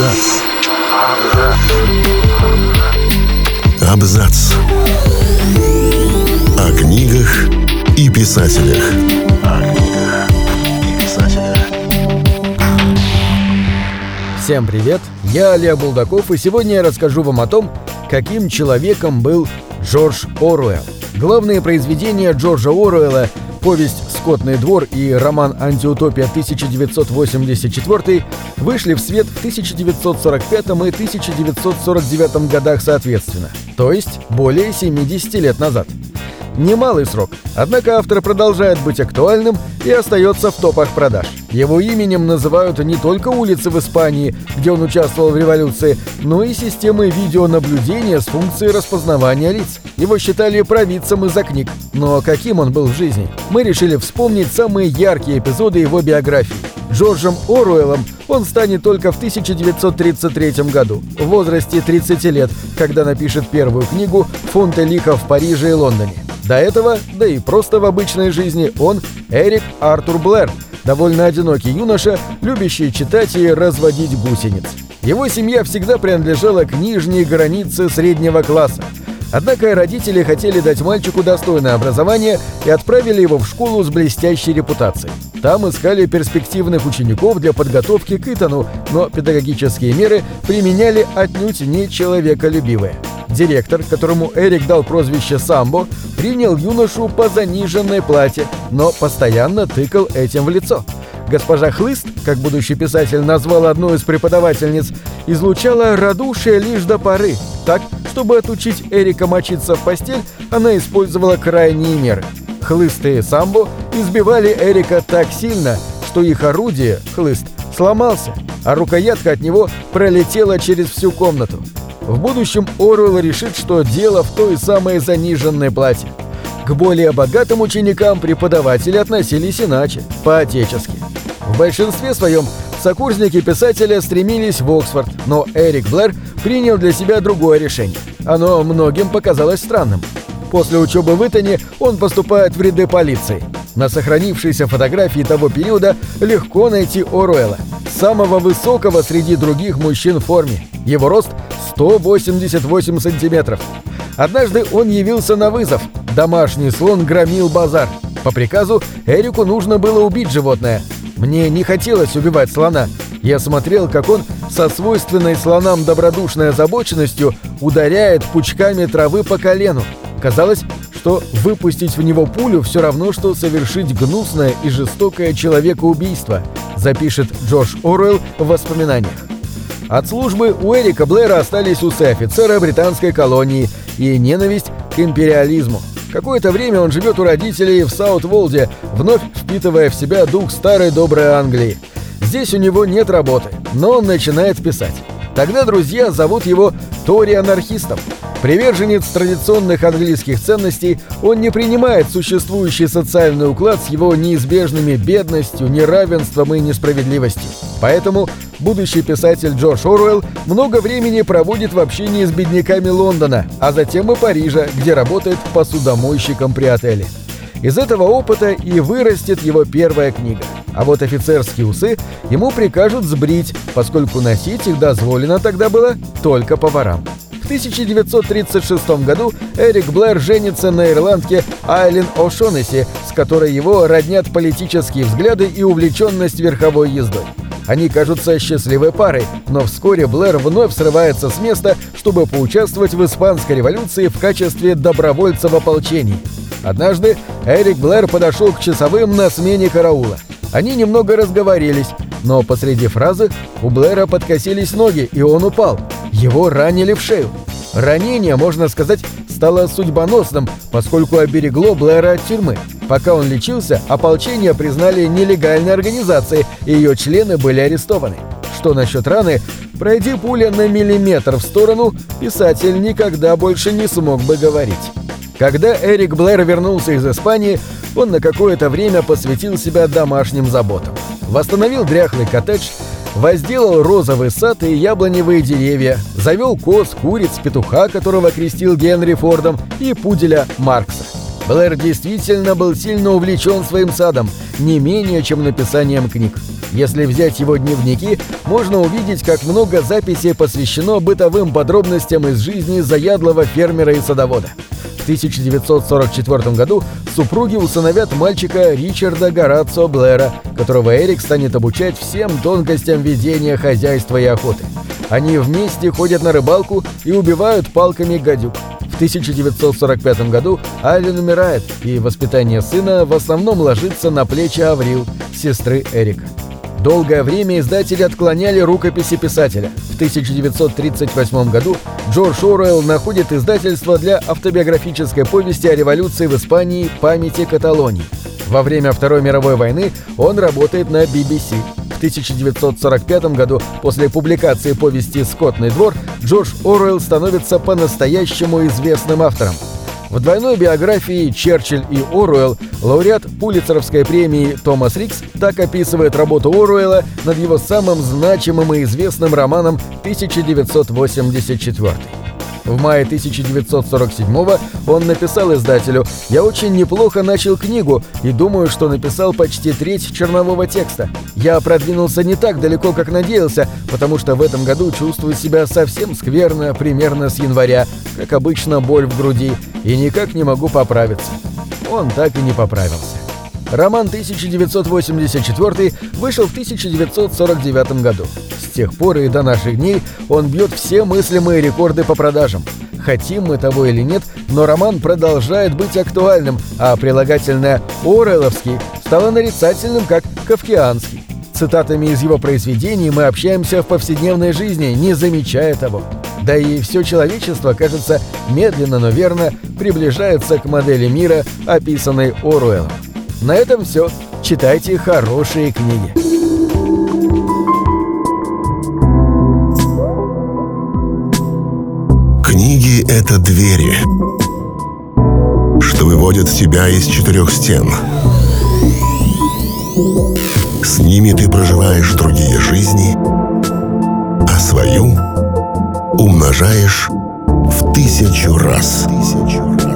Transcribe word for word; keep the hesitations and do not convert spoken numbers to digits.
Абзац. Абзац. О книгах и писателях. О книгах и писателях. Всем привет, я Олег Булдаков, и сегодня я расскажу вам о том, каким человеком был Джордж Оруэлл. Главные произведения Джорджа Оруэлла, повесть «Скотный двор» и роман «Антиутопия» тысяча девятьсот восемьдесят четвёртый, вышли в свет в тысяча девятьсот сорок пятом и тысяча девятьсот сорок девятом годах соответственно, то есть более семьдесят лет назад. Немалый срок, однако автор продолжает быть актуальным и остается в топах продаж. Его именем называют не только улицы в Испании, где он участвовал в революции, но и системы видеонаблюдения с функцией распознавания лиц. Его считали провидцем из-за книг. Но каким он был в жизни? Мы решили вспомнить самые яркие эпизоды его биографии. Джорджем Оруэллом он станет только в тысяча девятьсот тридцать третьем году, в возрасте тридцати лет, когда напишет первую книгу «Фонты лиха в Париже и Лондоне». До этого, да и просто в обычной жизни, он Эрик Артур Блэр, довольно одинокий юноша, любящий читать и разводить гусениц. Его семья всегда принадлежала к нижней границе среднего класса. Однако родители хотели дать мальчику достойное образование и отправили его в школу с блестящей репутацией. Там искали перспективных учеников для подготовки к Итону, но педагогические меры применяли отнюдь не человеколюбивые. Директор, которому Эрик дал прозвище «Самбо», принял юношу по заниженной плате, но постоянно тыкал этим в лицо. Госпожа Хлыст, как будущий писатель назвал одну из преподавательниц, излучала радушие лишь до поры. Так, чтобы отучить Эрика мочиться в постель, она использовала крайние меры. Хлыст и Самбо избивали Эрика так сильно, что их орудие, хлыст, сломался, а рукоятка от него пролетела через всю комнату. В будущем Оруэлл решит, что дело в той самой заниженной плате. К более богатым ученикам преподаватели относились иначе, по-отечески. В большинстве своем сокурсники писателя стремились в Оксфорд, но Эрик Блэр принял для себя другое решение. Оно многим показалось странным. После учебы в Итоне он поступает в ряды полиции. На сохранившейся фотографии того периода легко найти Оруэлла, самого высокого среди других мужчин в форме. Его рост сто восемьдесят восемь сантиметров. Однажды он явился на вызов. Домашний слон громил базар. По приказу Эрику нужно было убить животное. Мне не хотелось убивать слона. Я смотрел, как он со свойственной слонам добродушной озабоченностью ударяет пучками травы по колену. Казалось, что выпустить в него пулю все равно, что совершить гнусное и жестокое человекоубийство, запишет Джордж Оруэлл в воспоминаниях. От службы у Эрика Блэра остались усы офицера британской колонии и ненависть к империализму. Какое-то время он живет у родителей в Саут-Волде, вновь впитывая в себя дух старой доброй Англии. Здесь у него нет работы, но он начинает писать. Тогда друзья зовут его Тори-анархистом. Приверженец традиционных английских ценностей, он не принимает существующий социальный уклад с его неизбежными бедностью, неравенством и несправедливостью. Поэтому будущий писатель Джордж Оруэлл много времени проводит в общении с бедняками Лондона, а затем и Парижа, где работает посудомойщиком при отеле. Из этого опыта и вырастет его первая книга. А вот офицерские усы ему прикажут сбрить, поскольку носить их дозволено тогда было только поварам. В тысяча девятьсот тридцать шестом году Эрик Блэр женится на ирландке Айлин О'Шонесси, с которой его роднят политические взгляды и увлеченность верховой ездой. Они кажутся счастливой парой, но вскоре Блэр вновь срывается с места, чтобы поучаствовать в Испанской революции в качестве добровольца в ополчении. Однажды Эрик Блэр подошел к часовым на смене караула. Они немного разговорились, но посреди фразы у Блэра подкосились ноги, и он упал. Его ранили в шею. Ранение, можно сказать, стало судьбоносным, поскольку оберегло Блэра от тюрьмы. Пока он лечился, ополчение признали нелегальной организацией, и ее члены были арестованы. Что насчет раны? Пройди пуля на миллиметр в сторону, писатель никогда больше не смог бы говорить. Когда Эрик Блэр вернулся из Испании, он на какое-то время посвятил себя домашним заботам. Восстановил дряхлый коттедж, возделал розовый сад и яблоневые деревья, завел коз, куриц, петуха, которого крестил Генри Фордом, и пуделя Маркса. Блэр действительно был сильно увлечен своим садом, не менее чем написанием книг. Если взять его дневники, можно увидеть, как много записей посвящено бытовым подробностям из жизни заядлого фермера и садовода. В тысяча девятьсот сорок четвёртом году супруги усыновят мальчика Ричарда Горацио Блэра, которого Эрик станет обучать всем тонкостям ведения хозяйства и охоты. Они вместе ходят на рыбалку и убивают палками гадюк. В тысяча девятьсот сорок пятом году Айлен умирает, и воспитание сына в основном ложится на плечи Аврил, сестры Эрика. Долгое время издатели отклоняли рукописи писателя. В тысяча девятьсот тридцать восьмом году Джордж Оруэлл находит издательство для автобиографической повести о революции в Испании «Памяти Каталонии». Во время Второй мировой войны он работает на би би си. В тысяча девятьсот сорок пятом году, после публикации повести «Скотный двор», Джордж Оруэлл становится по-настоящему известным автором. В двойной биографии «Черчилль и Оруэлл» лауреат Пулитцеровской премии Томас Рикс так описывает работу Оруэлла над его самым значимым и известным романом тысяча девятьсот восемьдесят четвёртый. В мае тысяча девятьсот сорок седьмого он написал издателю: «Я очень неплохо начал книгу и думаю, что написал почти треть чернового текста. Я продвинулся не так далеко, как надеялся, потому что в этом году чувствую себя совсем скверно примерно с января, как обычно боль в груди, и никак не могу поправиться». Он так и не поправился. Роман тысяча девятьсот восемьдесят четвёртый вышел в тысяча девятьсот сорок девятом году. С тех пор и до наших дней он бьет все мыслимые рекорды по продажам. Хотим мы того или нет, но роман продолжает быть актуальным, а прилагательное «оруэлловский» стало нарицательным, как «кафкианский». Цитатами из его произведений мы общаемся в повседневной жизни, не замечая того. Да и все человечество, кажется, медленно, но верно приближается к модели мира, описанной Оруэллом. На этом все. Читайте хорошие книги. Книги — это двери, что выводят тебя из четырех стен. С ними ты проживаешь другие жизни, а свою умножаешь в тысячу раз. Тысячу раз.